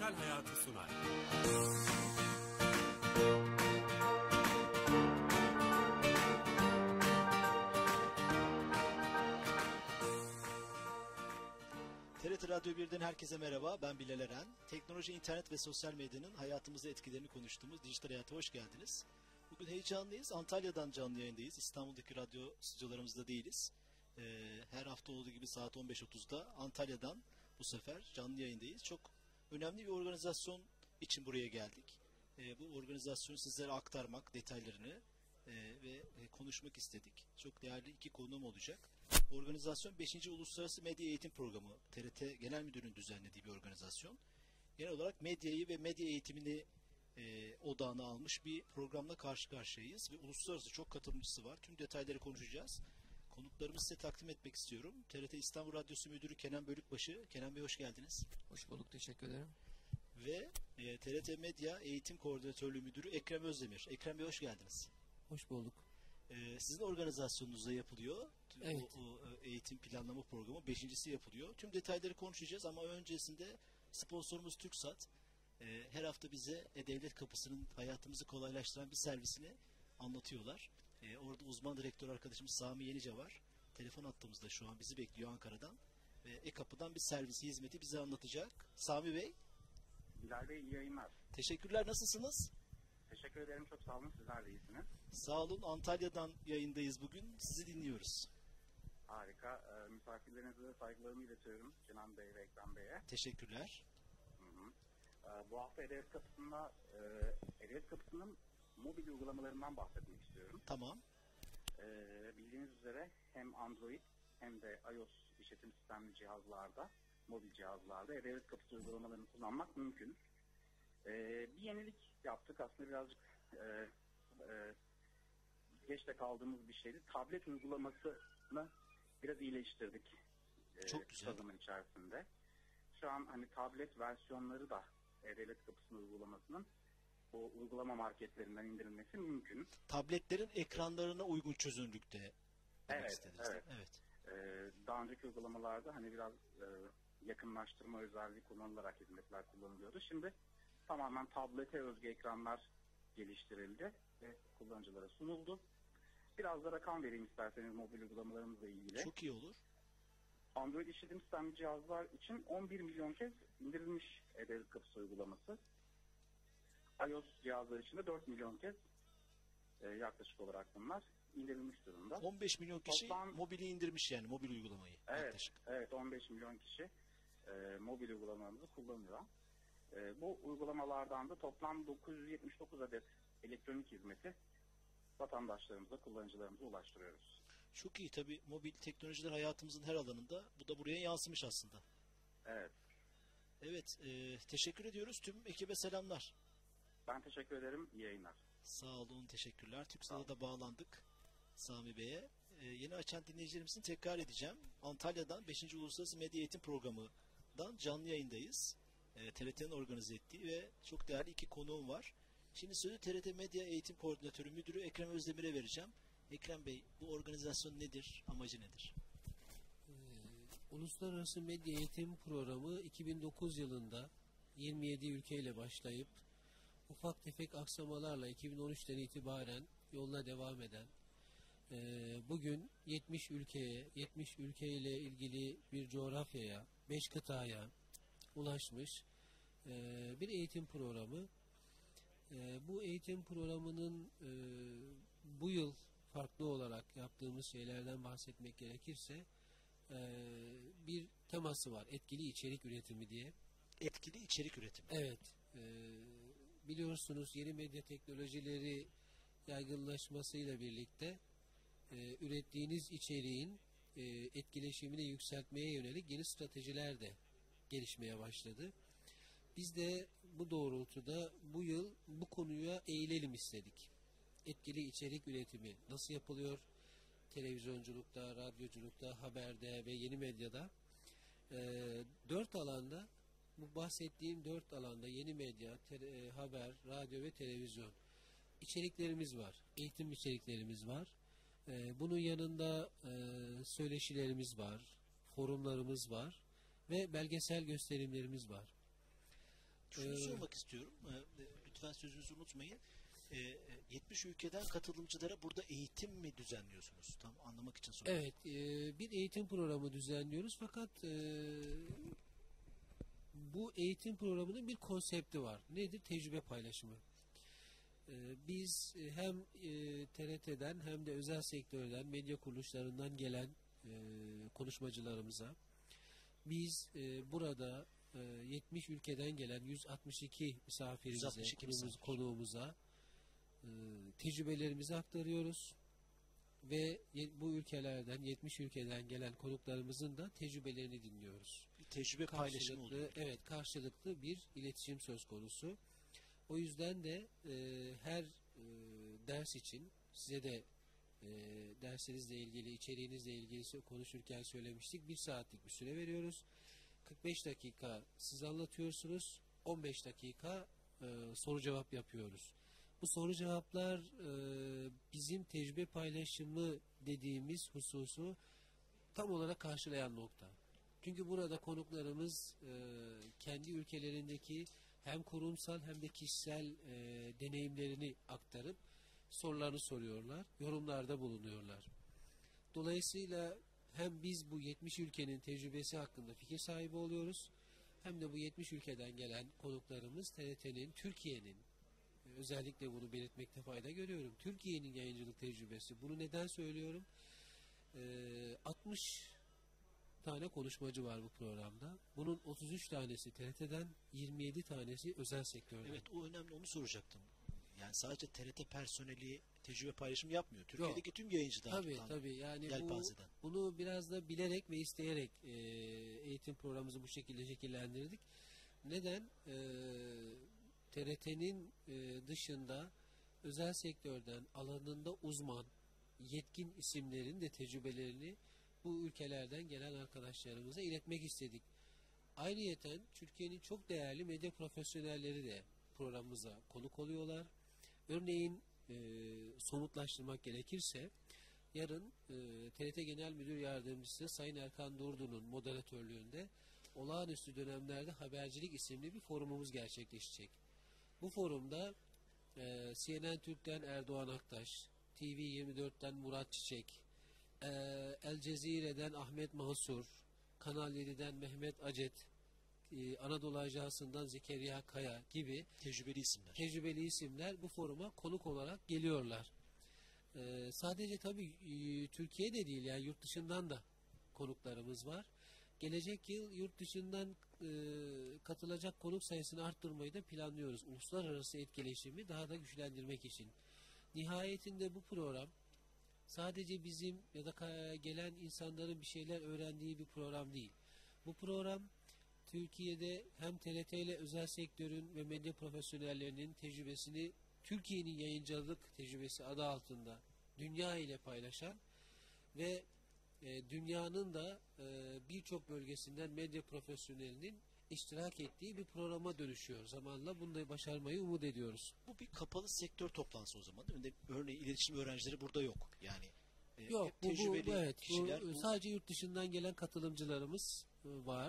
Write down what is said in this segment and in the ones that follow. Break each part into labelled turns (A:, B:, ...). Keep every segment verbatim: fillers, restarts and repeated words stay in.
A: Dijital Hayatı sunar.
B: T R T Radyo bir'den herkese merhaba. Ben Bilal Eren. Teknoloji, internet ve sosyal medyanın hayatımızda etkilerini konuştuğumuz Dijital Hayat'a hoş geldiniz. Bugün heyecanlıyız. Antalya'dan canlı yayındayız. İstanbul'daki radyo stüdyolarımızda değiliz. Ee, her hafta olduğu gibi saat on beş otuzda Antalya'dan bu sefer canlı yayındayız. Çok önemli bir organizasyon için buraya geldik. Ee, bu organizasyonu sizlere aktarmak, detaylarını e, ve e, konuşmak istedik. Çok değerli iki konuğum olacak. Organizasyon beşinci Uluslararası Medya Eğitim Programı, T R T Genel Müdürü'nün düzenlediği bir organizasyon. Genel olarak medyayı ve medya eğitimini e, odağına almış bir programla karşı karşıyayız ve uluslararası çok katılımcısı var. Tüm detayları konuşacağız. Konuklarımı size takdim etmek istiyorum. T R T İstanbul Radyosu Müdürü Kenan Bölükbaşı. Kenan Bey hoş geldiniz.
C: Hoş bulduk, teşekkür ederim.
B: Ve e, T R T Medya Eğitim Koordinatörlüğü Müdürü Ekrem Özdemir. Ekrem Bey hoş geldiniz.
C: Hoş bulduk.
B: Ee, sizin organizasyonunuzda yapılıyor.
C: Evet.
B: O, o eğitim planlama programı beşincisi yapılıyor. Tüm detayları konuşacağız ama öncesinde sponsorumuz TürkSat e, her hafta bize E-Devlet Kapısı'nın hayatımızı kolaylaştıran bir servisini anlatıyorlar. E, orada uzman direktör arkadaşımız Sami Yenice var. Telefon attığımızda şu an bizi bekliyor Ankara'dan. Ve E-Kapı'dan bir servisi hizmeti bize anlatacak. Sami Bey.
D: Bilal Bey iyi yayınlar.
B: Teşekkürler. Nasılsınız?
D: Teşekkür ederim. Çok sağ olun. Sizler de iyisiniz.
B: Sağ olun. Antalya'dan yayındayız bugün. Sizi dinliyoruz.
D: Harika. E, misafirlerinize de saygılarımı iletiyorum. Kenan Bey ve Ekrem Bey'e.
B: Teşekkürler.
D: Hı hı. E, bu hafta E-Devlet Kapısı'nda e, E-Devlet Kapısı'nın mobil uygulamalarından bahsetmek istiyorum.
B: Tamam.
D: E, bildiğiniz üzere hem Android hem de iOS işletim sistemli cihazlarda, mobil cihazlarda E-Devlet Kapısı uygulamalarını kullanmak mümkün. E, bir yenilik yaptık. Aslında birazcık e, e, geç de kaldığımız bir şeydi. Tablet uygulamasını biraz iyileştirdik.
B: Çok
D: e,
B: güzel.
D: Zaman içerisinde. Şu an hani tablet versiyonları da E-Devlet Kapısı'nın uygulamasının bu uygulama marketlerinden indirilmesi mümkün.
B: Tabletlerin ekranlarına uygun çözünürlükte demek
D: Evet,
B: istediniz.
D: evet.
B: Evet.
D: Ee, daha önceki uygulamalarda hani biraz e, yakınlaştırma özelliği kullanılarak hizmetler kullanılıyordu. Şimdi tamamen tablete özgü ekranlar geliştirildi ve kullanıcılara sunuldu. Biraz da rakam vereyim isterseniz mobil uygulamalarımızla ilgili.
B: Çok iyi olur.
D: Android işletim sistemli cihazlar için on bir milyon kez indirilmiş E-Devlet Kapısı uygulaması. iOS cihazlar için de dört milyon kez e, yaklaşık olarak bunlar indirilmiş durumda.
B: on beş milyon kişi
D: Toplam-
B: mobili indirmiş yani mobil uygulamayı.
D: Evet,
B: Yaklaşık.
D: evet on beş milyon kişi e, mobil uygulamamızı kullanıyor. E, bu uygulamalardan da toplam dokuz yüz yetmiş dokuz adet elektronik hizmeti vatandaşlarımıza, kullanıcılarımıza ulaştırıyoruz.
B: Çok iyi tabii, mobil teknolojiler hayatımızın her alanında. Bu da buraya yansımış aslında.
D: Evet,
B: Evet, e, teşekkür ediyoruz. Tüm ekibe selamlar.
D: ben teşekkür ederim. İyi yayınlar.
B: Sağ olun, teşekkürler. TürkSat'a da bağlandık Sami Bey'e. Ee, yeni açan dinleyicilerimizin tekrar edeceğim. Antalya'dan beşinci Uluslararası Medya Eğitim Programı'dan canlı yayındayız. Ee, T R T'nin organize ettiği ve çok değerli iki konuğum var. Şimdi sözü T R T Medya Eğitim Koordinatörü Müdürü Ekrem Özdemir'e vereceğim. Ekrem Bey, bu organizasyon nedir? Amacı nedir?
C: Ee, Uluslararası Medya Eğitim Programı iki bin dokuz yılında yirmi yedi ülkeyle başlayıp ufak tefek aksamalarla iki bin on üçten itibaren yoluna devam eden, e, bugün yetmiş ülkeye, yetmiş ülkeyle ilgili bir coğrafyaya, beş kıtaya ulaşmış e, bir eğitim programı. E, bu eğitim programının e, bu yıl farklı olarak yaptığımız şeylerden bahsetmek gerekirse e, bir teması var. Etkili içerik üretimi diye.
B: Etkili içerik üretimi.
C: Evet. E, biliyorsunuz yeni medya teknolojileri yaygınlaşmasıyla birlikte e, ürettiğiniz içeriğin e, etkileşimini yükseltmeye yönelik yeni stratejiler de gelişmeye başladı. Biz de bu doğrultuda bu yıl bu konuya eğilelim istedik. Etkili içerik üretimi nasıl yapılıyor? Televizyonculukta, radyoculukta, haberde ve yeni medyada e, dört alanda, bu bahsettiğim dört alanda yeni medya, te- haber, radyo ve televizyon içeriklerimiz var. Eğitim içeriklerimiz var. E, bunun yanında e, söyleşilerimiz var, forumlarımız var ve belgesel gösterimlerimiz var.
B: Şunu
C: Ee,
B: sormak istiyorum. Ee, e, Lütfen sözünüzü unutmayın. Ee, e, yetmiş ülkeden katılımcılara burada eğitim mi düzenliyorsunuz? Tam anlamak için soruyorum.
C: Evet, e, bir eğitim programı düzenliyoruz fakat e, bu eğitim programının bir konsepti var. Nedir? Tecrübe paylaşımı. E, biz e, hem e, T R T'den hem de özel sektörden, medya kuruluşlarından gelen e, konuşmacılarımıza biz e, burada e, yetmiş ülkeden gelen yüz altmış iki misafirimize,
B: yüz altmış iki
C: konuğumuz-
B: misafir.
C: konuğumuza e, tecrübelerimizi aktarıyoruz. Ve ye- bu ülkelerden, yetmiş ülkeden gelen konuklarımızın da tecrübelerini dinliyoruz.
B: Bir tecrübe paylaşımı
C: Karşılıklı,
B: oluyor.
C: evet, karşılıklı bir iletişim söz konusu. O yüzden de e, her e, ders için size de e, dersinizle ilgili, içeriğinizle ilgili sö- konuşurken söylemiştik. Bir saatlik bir süre veriyoruz. kırk beş dakika siz anlatıyorsunuz. on beş dakika e, soru cevap yapıyoruz. Bu soru cevaplar e, bizim tecrübe paylaşımı dediğimiz hususu tam olarak karşılayan nokta. Çünkü burada konuklarımız e, kendi ülkelerindeki hem kurumsal hem de kişisel e, deneyimlerini aktarıp sorularını soruyorlar, yorumlarda bulunuyorlar. Dolayısıyla hem biz bu yetmiş ülkenin tecrübesi hakkında fikir sahibi oluyoruz, hem de bu yetmiş ülkeden gelen konuklarımız T R T'nin, Türkiye'nin, e, özellikle bunu belirtmekte fayda görüyorum, Türkiye'nin yayıncılık tecrübesi. Bunu neden söylüyorum? E, altmış tane konuşmacı var bu programda. Bunun otuz üç tanesi T R T'den, yirmi yedi tanesi özel sektörden.
B: Evet, o önemli, onu soracaktım. Yani sadece T R T personeli tecrübe paylaşımı yapmıyor. Türkiye'deki tüm yayıncılar
C: Tabii
B: tam
C: tabii, yani bu,
B: yelpazeden.
C: bunu biraz da bilerek ve isteyerek e, eğitim programımızı bu şekilde şekillendirdik. Neden? E, T R T'nin e, dışında özel sektörden alanında uzman, yetkin isimlerin de tecrübelerini bu ülkelerden gelen arkadaşlarımıza iletmek istedik. Ayrıyeten Türkiye'nin çok değerli medya profesyonelleri de programımıza konuk oluyorlar. Örneğin e, somutlaştırmak gerekirse yarın e, T R T Genel Müdür Yardımcısı Sayın Erkan Durdu'nun moderatörlüğünde olağanüstü dönemlerde habercilik isimli bir forumumuz gerçekleşecek. Bu forumda e, C N N Türk'ten Erdoğan Aktaş, T V yirmi dört'ten Murat Çiçek, e, El Cezire'den Ahmet Mansur, Kanal yedi'den Mehmet Acet, e, Anadolu Ajansı'ndan Zekeriya Kaya gibi
B: Tecrübeli isimler.
C: tecrübeli isimler bu foruma konuk olarak geliyorlar. Ee, sadece tabii e, Türkiye'de değil, yani yurt dışından da konuklarımız var. Gelecek yıl yurt dışından e, katılacak konuk sayısını arttırmayı da planlıyoruz. Uluslararası etkileşimi daha da güçlendirmek için. Nihayetinde bu program sadece bizim ya da ka- gelen insanların bir şeyler öğrendiği bir program değil. Bu program Türkiye'de hem T R T ile özel sektörün ve medya profesyonellerinin tecrübesini Türkiye'nin yayıncılık tecrübesi adı altında dünya ile paylaşan ve e, dünyanın da e, birçok bölgesinden medya profesyonelinin iştirak ettiği bir programa dönüşüyor. Zamanla bunu da başarmayı umut ediyoruz.
B: Bu bir kapalı sektör toplantısı o zaman. Değil mi? Örneğin iletişim öğrencileri burada yok. Yani e,
C: Yok,
B: hep
C: bu, bu,
B: tecrübeli
C: bu evet,
B: kişiler.
C: bu,
B: Bu,
C: sadece yurt dışından gelen katılımcılarımız e, var.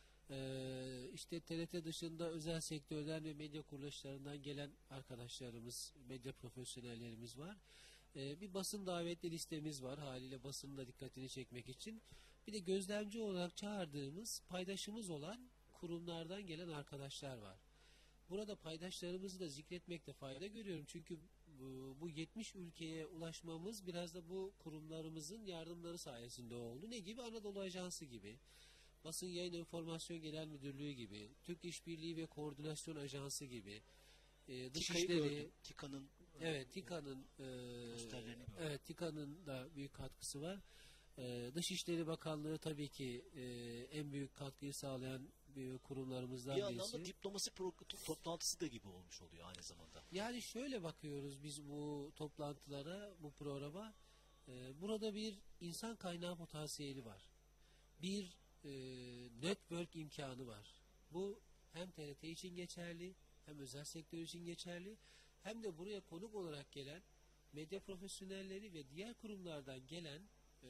C: Ee, işte T R T dışında özel sektörden ve medya kuruluşlarından gelen arkadaşlarımız, medya profesyonellerimiz var. Ee, bir basın davetli listemiz var, haliyle basının da dikkatini çekmek için. Bir de gözlemci olarak çağırdığımız, paydaşımız olan kurumlardan gelen arkadaşlar var. Burada paydaşlarımızı da zikretmekte fayda görüyorum. Çünkü bu, bu yetmiş ülkeye ulaşmamız biraz da bu kurumlarımızın yardımları sayesinde oldu. Ne gibi? Anadolu Ajansı gibi, Basın Yayın Enformasyon Genel Müdürlüğü gibi, Türk İşbirliği ve Koordinasyon Ajansı gibi, e,
B: TİKA'yı
C: Dışişleri,
B: gördüm. TİKA'nın
C: evet, TİKA'nın e,
B: posterlerini gördüm.
C: evet, TİKA'nın da büyük katkısı var. E, Dışişleri Bakanlığı tabii ki e, en büyük katkıyı sağlayan bir kurumlarımızdan
B: bir yandan
C: birisi.
B: da diplomasi pro- toplantısı da gibi olmuş oluyor aynı zamanda.
C: Yani şöyle bakıyoruz biz bu toplantılara, bu programa. E, burada bir insan kaynağı potansiyeli var. Bir e, network imkanı var. Bu hem T R T için geçerli, hem özel sektör için geçerli, hem de buraya konuk olarak gelen medya profesyonelleri ve diğer kurumlardan gelen e,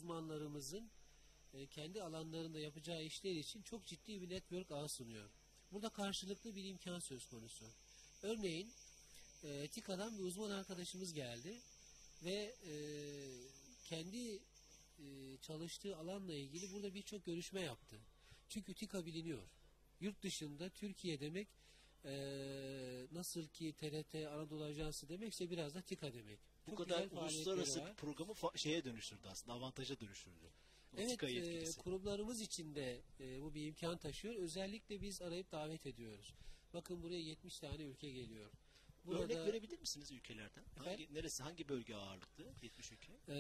C: uzmanlarımızın e, kendi alanlarında yapacağı işler için çok ciddi bir network ağı sunuyor. Burada karşılıklı bir imkan söz konusu. Örneğin e, TİKA'dan bir uzman arkadaşımız geldi ve e, kendi e, çalıştığı alanla ilgili burada birçok görüşme yaptı. Çünkü TİKA biliniyor. Yurt dışında Türkiye demek e, nasıl ki T R T Anadolu Ajansı demekse biraz da TİKA demek.
B: Bu
C: Çok
B: kadar
C: güzel faaliyetleri
B: uluslararası
C: var.
B: programı fa- şeye dönüştürdü aslında, avantaja dönüştürdü. O
C: Evet,
B: TİKA
C: e,
B: yetkilisi.
C: kurumlarımız için de e, bu bir imkan taşıyor. Özellikle biz arayıp davet ediyoruz. Bakın buraya yetmiş tane ülke geliyor.
B: Örnek verebilir misiniz ülkelerden? Hangi,
C: Efendim?
B: neresi, hangi bölge ağırlıklı? yetmiş ülke.
C: e,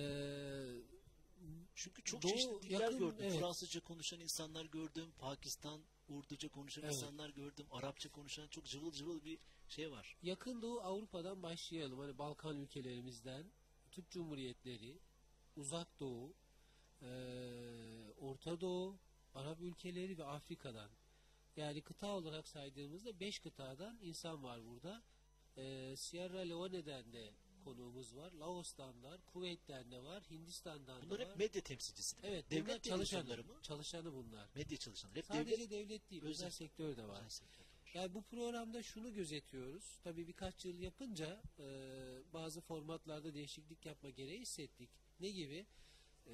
B: Çünkü çok
C: Doğu,
B: çeşitli diller
C: yakın,
B: gördüm.
C: evet.
B: Fransızca konuşan insanlar gördüm. Pakistan, Urduca konuşan
C: Evet.
B: insanlar gördüm. Arapça konuşan çok cıvıl cıvıl bir şey var.
C: Yakın Doğu Avrupa'dan başlayalım. Hani Balkan ülkelerimizden, Türk Cumhuriyetleri, Uzak Doğu, e, Orta Doğu, Arap ülkeleri ve Afrika'dan. Yani kıta olarak saydığımızda beş kıtadan insan var burada. E, Sierra Leone'den de konuğumuz var. Laos'tan da var, Kuveyt'ten de var, Hindistan'dan
B: Bunlar
C: da var.
B: hep medya temsilcisi değil mi?
C: Evet, bunlar
B: Devlet
C: çalışanı,
B: televizyonları mı?
C: çalışanı bunlar.
B: Medya çalışanları. Hep
C: Sadece
B: devlet,
C: devlet, değil, özel,
B: özel-
C: sektör de var.
B: özel sektör.
C: Yani bu programda şunu gözetiyoruz. Tabii birkaç yıl yapınca e, bazı formatlarda değişiklik yapma gereği hissettik. Ne gibi? E,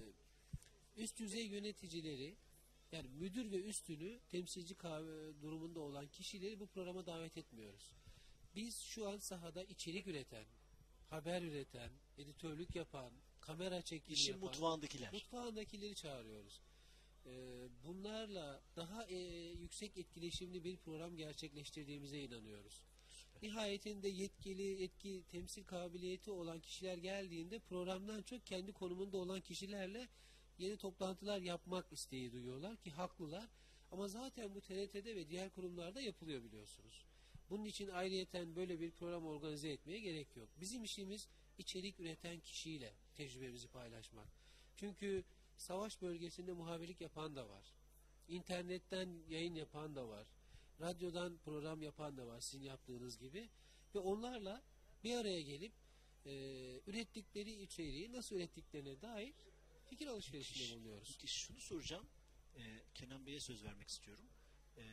C: üst düzey yöneticileri, yani müdür ve üstünü temsilci kahve durumunda olan kişileri bu programa davet etmiyoruz. Biz şu an sahada içerik üreten, haber üreten, editörlük yapan, kamera çekimi
B: İşin
C: yapan,
B: mutfağındakiler.
C: mutfağındakileri çağırıyoruz. Ee, bunlarla daha e, yüksek etkileşimli bir program gerçekleştirdiğimize inanıyoruz. Nihayetinde yetkili, etki, temsil kabiliyeti olan kişiler geldiğinde programdan çok kendi konumunda olan kişilerle yeni toplantılar yapmak isteği duyuyorlar ki haklılar. Ama zaten bu T R T'de ve diğer kurumlarda yapılıyor biliyorsunuz. Bunun için ayrıyeten böyle bir program organize etmeye gerek yok. Bizim işimiz içerik üreten kişiyle tecrübemizi paylaşmak. Çünkü savaş bölgesinde muhabirlik yapan da var. İnternetten yayın yapan da var. Radyodan program yapan da var sizin yaptığınız gibi. Ve onlarla bir araya gelip e, ürettikleri içeriği nasıl ürettiklerine dair fikir alışverişinde bulunuyoruz.
B: Peki şunu soracağım. Ee, Kenan Bey'e söz vermek istiyorum. Ee,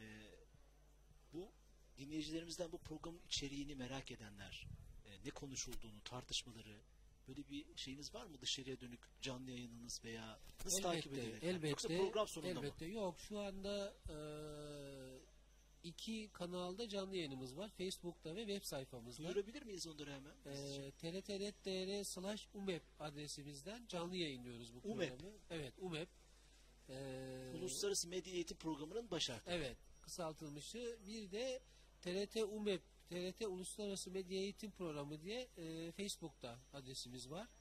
B: bu dinleyicilerimizden bu programın içeriğini merak edenler, e, ne konuşulduğunu, tartışmaları, böyle bir şeyiniz var mı? Dışarıya dönük canlı yayınınız veya nasıl takip
C: Elbette,
B: edilir?
C: elbette.
B: Yoksa program sonunda
C: elbette.
B: mı?
C: Yok, şu anda e, iki kanalda canlı yayınımız var. Facebook'ta ve web sayfamızda.
B: Duyurabilir miyiz onları hemen?
C: E, T R T nokta net nokta t r slash umep adresimizden canlı yayınlıyoruz bu
B: UMEP.
C: programı. Evet, umep. E,
B: Uluslararası Medya Eğitim Programı'nın baş harfi.
C: Evet, kısaltılmışı. Bir de T R T umep, T R T Uluslararası Medya Eğitim Programı diye e, Facebook'ta adresimiz var.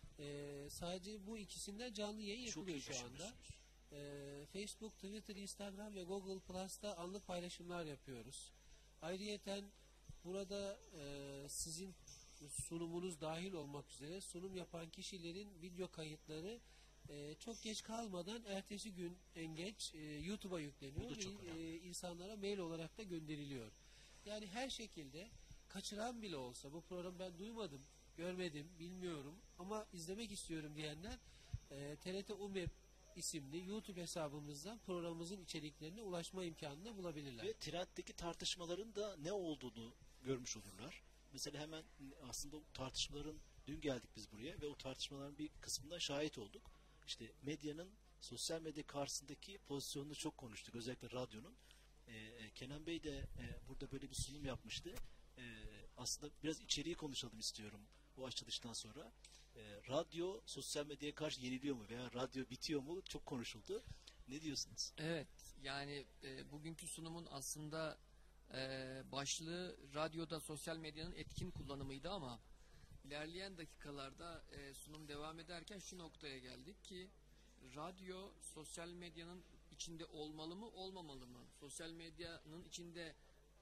C: E, sadece bu ikisinden canlı yayın
B: Çok
C: yapılıyor
B: iyi
C: şu anda.
B: düşünmüşsünüz.
C: E, Facebook, Twitter, Instagram ve Google Plus'ta anlık paylaşımlar yapıyoruz. Ayrıyeten burada e, sizin sunumunuz dahil olmak üzere sunum yapan kişilerin video kayıtları e, çok geç kalmadan ertesi gün en geç e, YouTube'a yükleniyor
B: Bu da
C: ve
B: çok
C: e,
B: önemli.
C: insanlara mail olarak da gönderiliyor. Yani her şekilde kaçıran bile olsa bu programı ben duymadım, görmedim, bilmiyorum ama izlemek istiyorum diyenler e, T R T umep isimli YouTube hesabımızdan programımızın içeriklerine ulaşma imkanını bulabilirler.
B: Ve trenddeki tartışmaların da ne olduğunu görmüş olurlar. Mesela hemen aslında o tartışmaların, dün geldik biz buraya ve o tartışmaların bir kısmına şahit olduk. İşte medyanın sosyal medya karşısındaki pozisyonunu çok konuştuk. Özellikle radyonun. Ee, Kenan Bey de e, burada böyle bir sunum yapmıştı. Ee, aslında biraz içeriği konuşalım istiyorum o açılıştan sonra. Ee, radyo sosyal medyaya karşı yeniliyor mu veya radyo bitiyor mu çok konuşuldu. Ne diyorsunuz?
A: Evet, yani e, bugünkü sunumun aslında e, başlığı radyoda sosyal medyanın etkin kullanımıydı ama ilerleyen dakikalarda e, sunum devam ederken şu noktaya geldik ki radyo sosyal medyanın içinde olmalı mı olmamalı mı? Sosyal medyanın içinde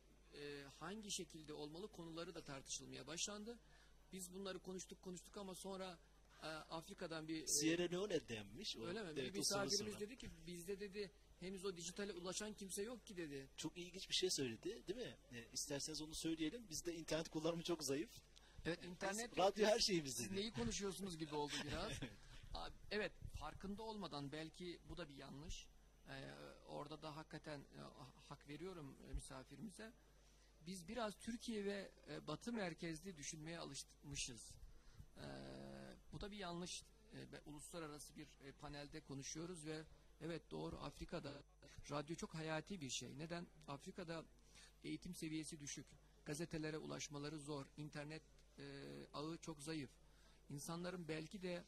A: e, hangi şekilde olmalı konuları da tartışılmaya başlandı. Biz bunları konuştuk konuştuk ama sonra e, Afrika'dan bir... e,
B: Sierra Leone denmiş. O,
A: Öyle mi?
B: evet,
A: bir
B: o soru
A: misafirimiz
B: sonra.
A: dedi ki bizde dedi henüz o dijitale ulaşan kimse yok ki dedi.
B: Çok ilginç bir şey söyledi değil mi? E, isterseniz onu söyleyelim. Bizde internet kullanımı çok zayıf.
A: Evet, internet
B: Biz- radyo her şeyimiz
A: siz
B: dedi.
A: neyi konuşuyorsunuz gibi oldu biraz. Abi, evet, farkında olmadan belki bu da bir yanlış. E, orada da hakikaten e, hak veriyorum e, misafirimize. Biz biraz Türkiye ve e, Batı merkezli düşünmeye alışmışız. E, bu da bir yanlış. E, ve uluslararası bir e, panelde konuşuyoruz ve evet doğru, Afrika'da radyo çok hayati bir şey. Neden? Afrika'da eğitim seviyesi düşük. Gazetelere ulaşmaları zor. İnternet e, ağı çok zayıf. İnsanların belki de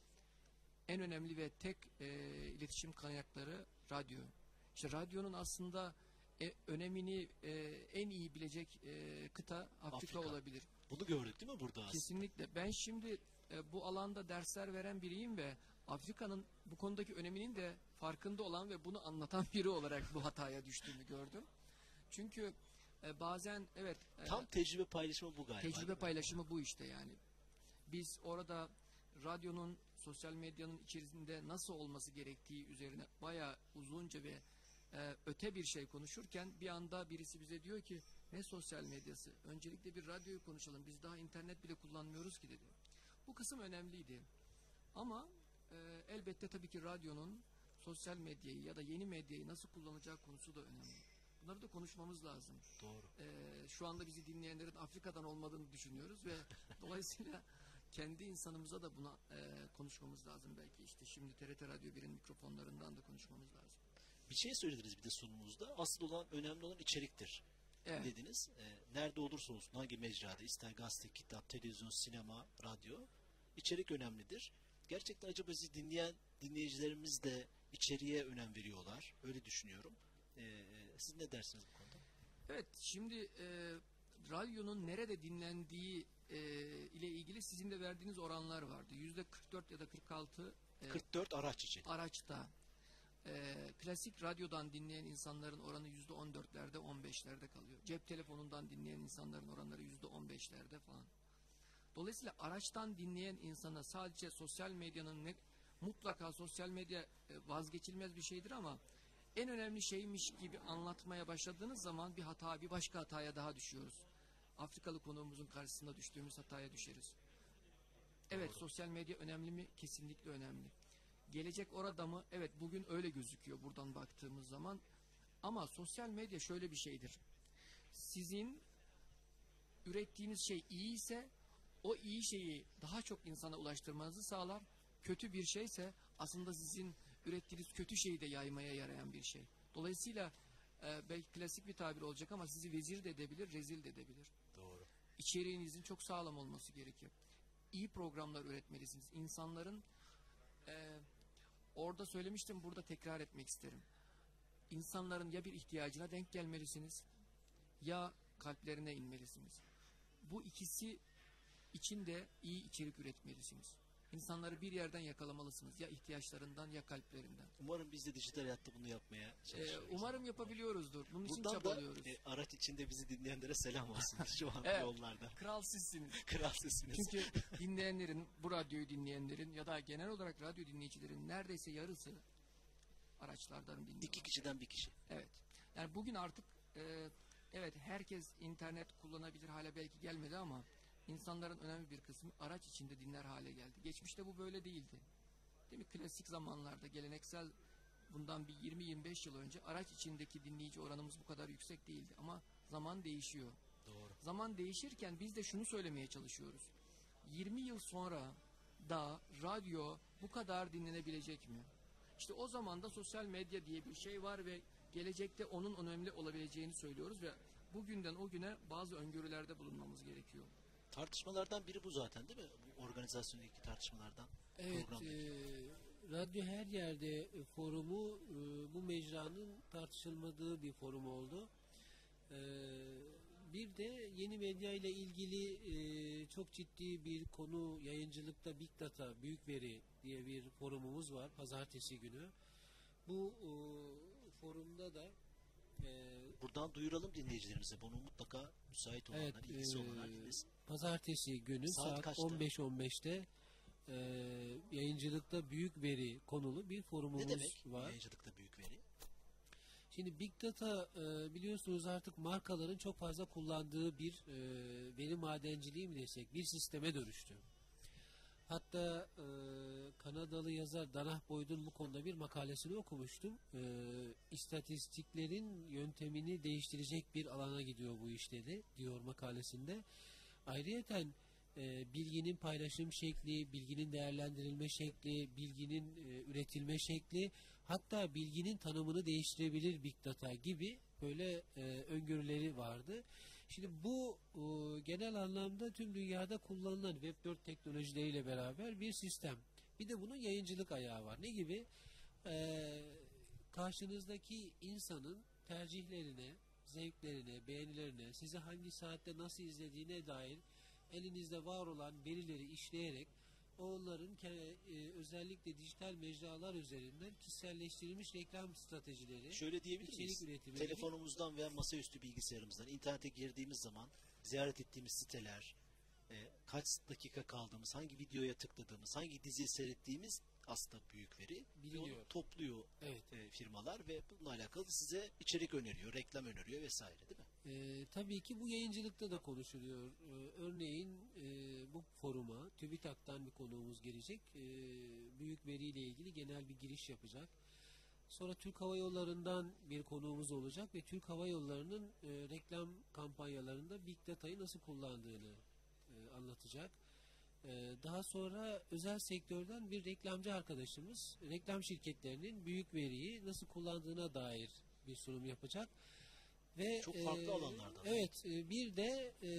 A: en önemli ve tek e, iletişim kaynakları radyo. İşte radyonun aslında e, önemini e, en iyi bilecek e, kıta Afrika,
B: Afrika.
A: olabilir.
B: Bunu gördük değil mi burada aslında?
A: Kesinlikle. Ben şimdi e, bu alanda dersler veren biriyim ve Afrika'nın bu konudaki öneminin de farkında olan ve bunu anlatan biri olarak bu hataya düştüğümü gördüm. Çünkü e, bazen evet e,
B: Tam tecrübe paylaşımı bu galiba.
A: tecrübe paylaşımı bu işte yani. Biz orada radyonun, sosyal medyanın içerisinde nasıl olması gerektiği üzerine bayağı uzunca ve e, öte bir şey konuşurken bir anda birisi bize diyor ki ne sosyal medyası? Öncelikle bir radyoyu konuşalım. Biz daha internet bile kullanmıyoruz ki dedi. Bu kısım önemliydi. Ama e, elbette tabii ki radyonun sosyal medyayı ya da yeni medyayı nasıl kullanacağı konusu da önemli. Bunları da konuşmamız lazım.
B: Doğru.
A: E, şu anda bizi dinleyenlerin Afrika'dan olmadığını düşünüyoruz ve dolayısıyla kendi insanımıza da buna e, konuşmamız lazım belki. İşte şimdi T R T Radyo bir'in mikrofonlarından da konuşmamız lazım.
B: Bir şey söylediniz bir de sunumumuzda. Asıl olan, önemli olan içeriktir.
A: Evet.
B: Dediniz. E, nerede olursa olsun, hangi mecrada, ister gazete, kitap, televizyon, sinema, radyo, içerik önemlidir. Gerçekten acaba bizi dinleyen dinleyicilerimiz de içeriğe önem veriyorlar. Öyle düşünüyorum. E, siz ne dersiniz bu konuda?
A: Evet, şimdi e, radyonun nerede dinlendiği e, ile ilgili sizin de verdiğiniz oranlar vardı. Yüzde kırk dört ya da kırk altı e,
B: kırk dört araç için.
A: araçta. E, klasik radyodan dinleyen insanların oranı yüzde on dörtlerde, on beşlerde kalıyor. Cep telefonundan dinleyen insanların oranları yüzde on beşlerde falan. Dolayısıyla araçtan dinleyen insana sadece sosyal medyanın ne, mutlaka sosyal medya e, vazgeçilmez bir şeydir ama en önemli şeymiş gibi anlatmaya başladığınız zaman bir hata, bir başka hataya daha düşüyoruz. Afrikalı konuğumuzun karşısında düştüğümüz hataya düşeriz. Evet,
B: Doğru.
A: sosyal medya önemli mi? Kesinlikle önemli. Gelecek orada mı? Evet, bugün öyle gözüküyor buradan baktığımız zaman. Ama sosyal medya şöyle bir şeydir. Sizin ürettiğiniz şey iyi ise o iyi şeyi daha çok insana ulaştırmanızı sağlar. Kötü bir şeyse aslında sizin ürettiğiniz kötü şeyi de yaymaya yarayan bir şey. Dolayısıyla e, belki klasik bir tabir olacak ama sizi vezir de edebilir, rezil de edebilir.
B: Doğru.
A: İçeriğinizin çok sağlam olması gerekiyor. İyi programlar üretmelisiniz. İnsanların e, orada söylemiştim, burada tekrar etmek isterim. İnsanların ya bir ihtiyacına denk gelmelisiniz ya kalplerine inmelisiniz. Bu ikisi için de iyi içerik üretmelisiniz. İnsanları bir yerden yakalamalısınız. Ya ihtiyaçlarından ya kalplerinden.
B: Umarım biz de dijital hayatta bunu yapmaya
A: Ee,
B: çalışıyoruz.
A: umarım yapabiliyoruzdur. Bunun için
B: Buradan
A: çabalıyoruz.
B: da e, araç içinde bizi dinleyenlere selam olsun şu an
A: Evet.
B: yollarda.
A: Kral sizsiniz.
B: Kral sesiniz.
A: Çünkü dinleyenlerin, bu radyoyu dinleyenlerin ya da genel olarak radyo dinleyicilerin neredeyse yarısı araçlardan dinliyor.
B: İki kişiden bir kişi.
A: Evet. Yani bugün artık e, evet herkes internet kullanabilir hale belki gelmedi ama insanların önemli bir kısmı araç içinde dinler hale geldi. Geçmişte bu böyle değildi. Değil mi? Klasik zamanlarda geleneksel bundan bir yirmi yirmi beş yıl önce araç içindeki dinleyici oranımız bu kadar yüksek değildi ama zaman değişiyor.
B: Doğru.
A: Zaman değişirken biz de şunu söylemeye çalışıyoruz. yirmi yıl sonra da radyo bu kadar dinlenebilecek mi? İşte o zaman da sosyal medya diye bir şey var ve gelecekte onun önemli olabileceğini söylüyoruz ve bugünden o güne bazı öngörülerde bulunmamız gerekiyor.
B: Tartışmalardan biri bu zaten değil mi? Bu organizasyondaki tartışmalardan.
C: Evet,
B: programdaki.
C: e, radyo her yerde e, forumu e, bu mecranın tartışılmadığı bir forum oldu. E, bir de yeni medya ile ilgili e, çok ciddi bir konu yayıncılıkta Big Data, büyük veri diye bir forumumuz var pazartesi günü. Bu e, forumda da e,
B: Buradan duyuralım dinleyicilerimize. Bunu mutlaka müsait olanlar,
C: Evet,
B: ilgisi
C: e,
B: olanlar dinlesin.
C: pazartesi günü
B: Saat
C: saat,
B: kaçta?
C: on beş on beşte e, yayıncılıkta büyük veri konulu bir
B: Ne
C: forumumuz
B: demek
C: var.
B: yayıncılıkta büyük veri?
C: Şimdi Big Data e, biliyorsunuz artık markaların çok fazla kullandığı bir e, veri madenciliği mi desek bir sisteme dönüştü. Hatta e, Kanadalı yazar Danah Boyd'un bu konuda bir makalesini okumuştum. E, istatistiklerin yöntemini değiştirecek bir alana gidiyor bu iş dedi, diyor makalesinde. Ayrıyeten e, bilginin paylaşım şekli, bilginin değerlendirilme şekli, bilginin e, üretilme şekli, hatta bilginin tanımını değiştirebilir Big Data gibi böyle e, öngörüleri vardı. Şimdi bu e, genel anlamda tüm dünyada kullanılan Web dört teknolojileriyle beraber bir sistem. Bir de bunun yayıncılık ayağı var. Ne gibi? E, karşınızdaki insanın tercihlerine, zevklerine, beğenilerine, sizi hangi saatte nasıl izlediğine dair elinizde var olan verileri işleyerek onların ke- e, özellikle dijital mecralar üzerinden kişiselleştirilmiş reklam stratejileri,
B: Şöyle diyebilir
C: içerik
B: miyiz?
C: üretimi,
B: Telefonumuzdan veya masaüstü bilgisayarımızdan internete girdiğimiz zaman ziyaret ettiğimiz siteler, e, kaç dakika kaldığımız, hangi videoya tıkladığımız, hangi diziyi seyrettiğimiz aslında büyük veri. Ve onu
C: biliniyor.
B: topluyor
C: Evet.
B: e, firmalar ve bununla alakalı size içerik öneriyor, reklam öneriyor vesaire, değil mi?
C: Ee, tabii ki bu yayıncılıkta da konuşuluyor. Ee, örneğin e, bu foruma TÜBİTAK'tan bir konuğumuz gelecek. Ee, büyük veriyle ilgili genel bir giriş yapacak. Sonra Türk Hava Yolları'ndan bir konuğumuz olacak ve Türk Hava Yolları'nın e, reklam kampanyalarında Big Data'yı nasıl kullandığını e, anlatacak. Ee, daha sonra özel sektörden bir reklamcı arkadaşımız reklam şirketlerinin büyük veriyi nasıl kullandığına dair bir sunum yapacak. Ve
B: Çok farklı
C: e,
B: alanlardan.
C: Evet, e, bir de e,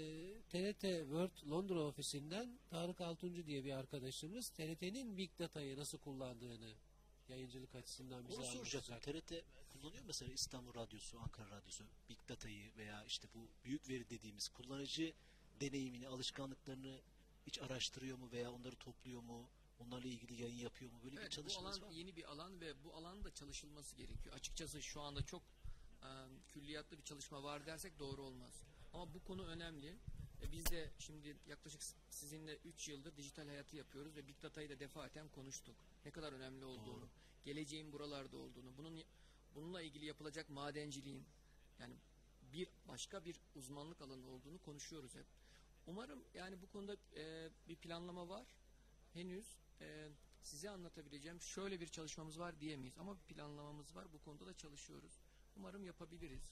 C: T R T World Londra ofisinden Tarık Altuncu diye bir arkadaşımız T R T'nin Big Data'yı nasıl kullandığını yayıncılık açısından bize
B: Onu soracaktım.
C: anlatacak.
B: T R T kullanıyor mesela İstanbul Radyosu, Ankara Radyosu, Big Data'yı veya işte bu büyük veri dediğimiz kullanıcı deneyimini, alışkanlıklarını hiç araştırıyor mu veya onları topluyor mu? Onlarla ilgili yayın yapıyor mu? Böyle bir
A: Evet, bu
B: çalışmanız
A: alan
B: var mı?
A: yeni bir alan ve bu alanın da çalışılması gerekiyor. Açıkçası şu anda çok e, külliyatlı bir çalışma var dersek doğru olmaz. Ama bu konu önemli. E, biz de şimdi yaklaşık sizinle üç yıldır dijital hayatı yapıyoruz ve Big Data'yı da defaten konuştuk. Ne kadar önemli olduğunu,
B: Doğru.
A: geleceğin buralarda olduğunu, bunun bununla ilgili yapılacak madenciliğin, yani bir başka bir uzmanlık alanı olduğunu konuşuyoruz hep. Umarım yani bu konuda e, bir planlama var. Henüz e, size anlatabileceğim şöyle bir çalışmamız var diyemeyiz ama bir planlamamız var. Bu konuda da çalışıyoruz. Umarım yapabiliriz.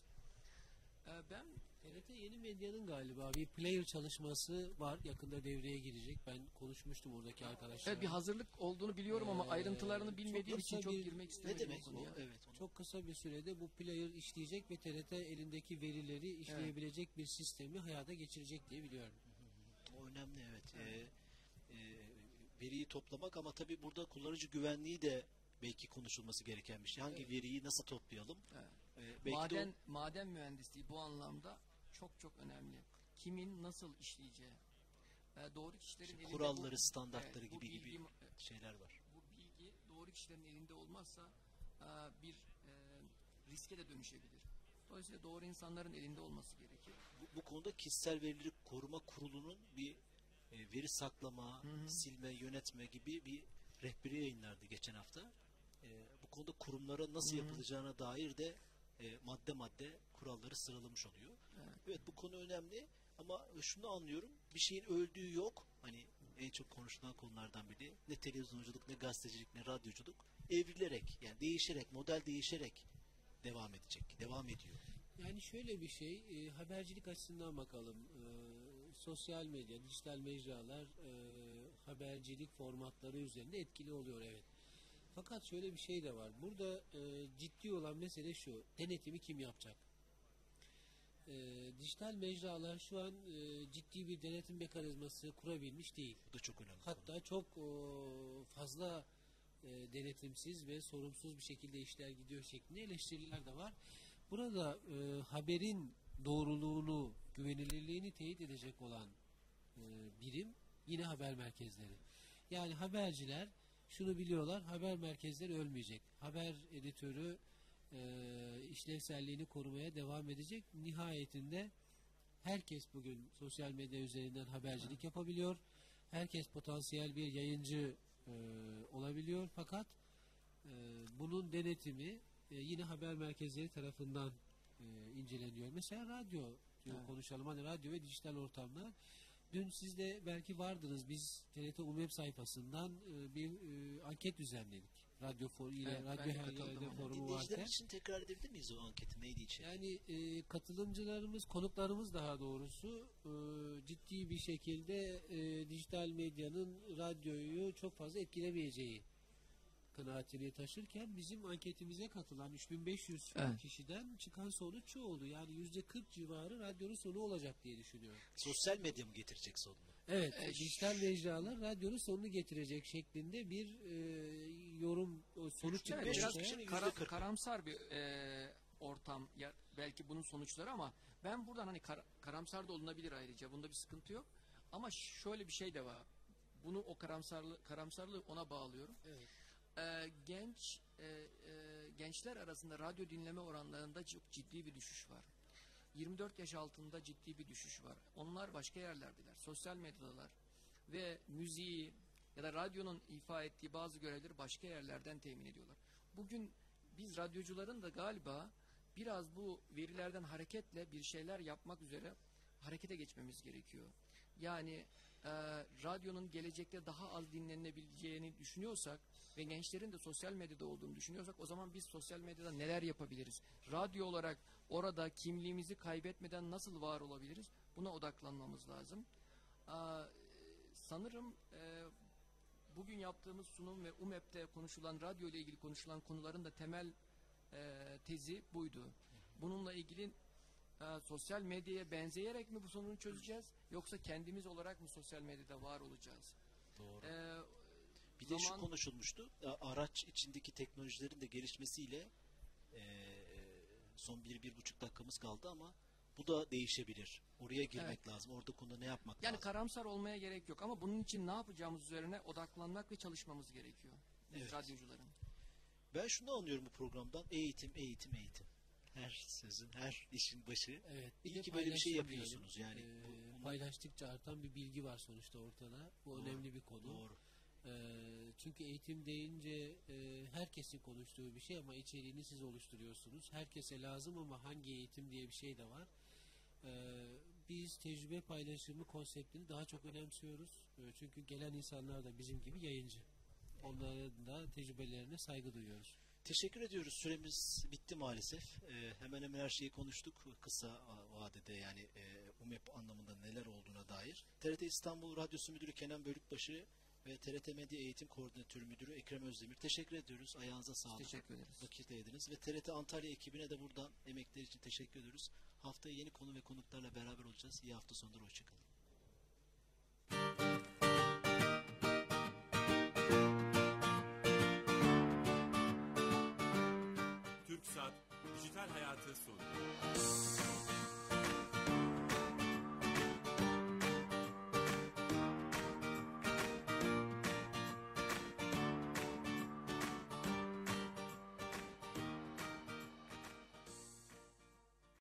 A: E, ben
C: T R T Yeni Medya'nın galiba bir player çalışması var. Yakında devreye girecek. Ben konuşmuştum oradaki arkadaşlarla.
A: evet, bir hazırlık olduğunu biliyorum ama
C: Ee,
A: ayrıntılarını bilmediğim
C: çok
A: için
C: kısa
A: çok
C: bir-
A: girmek
B: Ne
A: istemedim
B: demek
A: o
B: bu?
A: konuya.
B: Evet. onu-
C: Çok kısa bir sürede bu player işleyecek ve T R T elindeki verileri işleyebilecek bir sistemi hayata geçirecek diye biliyorum.
B: O önemli, evet. Ee, e, veriyi toplamak ama tabii burada kullanıcı güvenliği de belki konuşulması gereken bir şey. Hangi
C: Evet.
B: veriyi nasıl toplayalım?
A: Evet.
B: Ee, belki
A: Maden
B: de
A: maden mühendisliği bu anlamda çok çok önemli. Kimin nasıl işleyeceği. E, doğru kişilerin
B: o
A: elinde
B: kuralları,
A: bu,
B: standartları
A: evet, bu
B: gibi gibi
A: bilgi,
B: şeyler var.
A: bu bilgi doğru kişilerin elinde olmazsa e, bir e, riske de dönüşebilir. Dolayısıyla doğru insanların elinde olması gerekir.
B: Bu, bu konuda kişisel verileri koruma kurulunun bir e, veri saklama,
A: Hı hı.
B: silme, yönetme gibi bir rehberi yayınlardı geçen hafta. E, bu konuda kurumlara nasıl
A: Hı hı.
B: yapılacağına dair de e, madde madde kuralları sıralamış oluyor.
A: Evet.
B: Evet, bu konu önemli ama şunu anlıyorum, bir şeyin öldüğü yok. Hani en çok konuşulan konulardan biri ne televizyonculuk, ne gazetecilik, ne radyoculuk evrilerek, yani değişerek, model değişerek devam edecek, devam ediyor.
C: Yani şöyle bir şey, e, habercilik açısından bakalım. E, sosyal medya, dijital mecralar e, habercilik formatları üzerinde etkili oluyor, evet. Fakat şöyle bir şey de var. Burada e, ciddi olan mesele şu, denetimi kim yapacak? E, dijital mecralar şu an e, ciddi bir denetim mekanizması kurabilmiş değil.
B: Bu da çok önemli. konu.
C: Hatta çok o, fazla e, denetimsiz ve sorumsuz bir şekilde işler gidiyor şeklinde eleştiriler de var. Burada e, haberin doğruluğunu, güvenilirliğini teyit edecek olan e, birim yine haber merkezleri. Yani haberciler şunu biliyorlar, haber merkezleri ölmeyecek. Haber editörü e, işlevselliğini korumaya devam edecek. Nihayetinde herkes bugün sosyal medya üzerinden habercilik yapabiliyor. Herkes potansiyel bir yayıncı e, olabiliyor. Fakat e, bunun denetimi e, yine haber merkezleri tarafından e, inceleniyor. Mesela radyo diyor,
A: Evet.
C: konuşalım. Hani radyo ve dijital ortamlar. dün siz de belki vardınız. Biz T R T U M E P sayfasından e, bir e, anket düzenledik. Radyo for ile
A: Evet, ben
C: Radyo
A: de
C: Her
A: katıldım
C: Yerde
A: ona.
C: forumu
B: Dinleyiciler
C: varken.
B: için tekrar edebilir miyiz o anketi? Neydi içeriği?
C: Yani e, katılımcılarımız, konuklarımız daha doğrusu e, ciddi bir şekilde e, dijital medyanın radyoyu çok fazla etkilemeyeceği kanaatini taşırken bizim anketimize katılan üç bin beş yüz
A: Evet.
C: kişiden çıkan sonuç şu oldu. Yani yüzde kırk civarı radyonun sonu olacak diye düşünüyorum.
B: Sosyal medya mı getirecek sonunu?
C: Evet,
A: E,
C: dijital mecralar radyonun sonunu getirecek şeklinde bir e, yorum, o sonuç
A: Evet,
C: çıktı.
B: beş yüz
A: biraz
B: kişinin yüzde
A: kara-
B: kırkı.
A: karamsar bir e, ortam ya belki bunun sonuçları ama ben buradan hani kar- karamsar da olunabilir ayrıca. Bunda bir sıkıntı yok. Ama şöyle bir şey de var. Bunu o karamsarlığı karamsarlığı ona bağlıyorum.
C: Evet.
A: E, genç e, e, gençler arasında radyo dinleme oranlarında çok ciddi bir düşüş var. yirmi dört yaş altında ciddi bir düşüş var. Onlar başka yerlerdeler. Sosyal medyalar ve müziği ya da radyonun ifa ettiği bazı görevleri başka yerlerden temin ediyorlar. Bugün biz radyocuların da galiba biraz bu verilerden hareketle bir şeyler yapmak üzere harekete geçmemiz gerekiyor. Yani e, radyonun gelecekte daha az dinlenebileceğini düşünüyorsak ve gençlerin de sosyal medyada olduğunu düşünüyorsak o zaman biz sosyal medyada neler yapabiliriz? Radyo olarak orada kimliğimizi kaybetmeden nasıl var olabiliriz? Buna odaklanmamız lazım. Aa, sanırım e, bugün yaptığımız sunum ve U M E P'te konuşulan radyo ile ilgili konuşulan konuların da temel e, tezi buydu. Bununla ilgili e, sosyal medyaya benzeyerek mi bu sorunu çözeceğiz yoksa kendimiz olarak mı sosyal medyada var olacağız?
B: Doğru.
A: E,
B: Bir de şu
A: zaman-
B: konuşulmuştu. A- Araç içindeki teknolojilerin de gelişmesiyle e, son bir, bir buçuk dakikamız kaldı ama bu da değişebilir. Oraya girmek
A: Evet.
B: lazım. Orada konuda ne yapmak
A: Yani
B: lazım?
A: karamsar olmaya gerek yok ama bunun için ne yapacağımız üzerine odaklanmak ve çalışmamız gerekiyor. Biz
B: Evet.
A: radyocuların.
B: Ben şunu anlıyorum bu programdan. Eğitim, eğitim, eğitim. Her sözün, her işin başı.
C: Evet.
B: İyi
C: de
B: ki böyle bir şey
C: paylaşım
B: yapıyorsunuz.
C: diyelim.
B: Yani
C: Ee,
B: bu- bunu-
C: paylaştıkça artan bir bilgi var sonuçta ortada. Bu
B: Doğru,
C: önemli bir konu.
B: Doğru.
C: Ee, çünkü eğitim deyince e, herkesin konuştuğu bir şey ama içeriğini siz oluşturuyorsunuz. Herkese lazım ama hangi eğitim diye bir şey de var. Ee, biz tecrübe paylaşımı konseptini daha çok önemsiyoruz. Ee, çünkü gelen insanlar da bizim gibi yayıncı. Onların da tecrübelerine saygı duyuyoruz.
B: Teşekkür ediyoruz. Süremiz bitti maalesef. Ee, hemen hemen her şeyi konuştuk. Kısa a- vadede yani e, U M E P anlamında neler olduğuna dair. T R T İstanbul Radyosu Müdürü Kenan Bölükbaşı ve T R T Medya Eğitim Koordinatörü Müdürü Ekrem Özdemir. Teşekkür ediyoruz. Ayağınıza sağlık.
A: Teşekkür ederiz.
B: Vakit ayırdınız ve T R T Antalya ekibine de buradan emekleri için teşekkür ediyoruz. Haftaya yeni konu ve konuklarla beraber olacağız. İyi hafta sonları. Hoşçakalın.
E: TürkSat Dijital Hayatı sunuyor.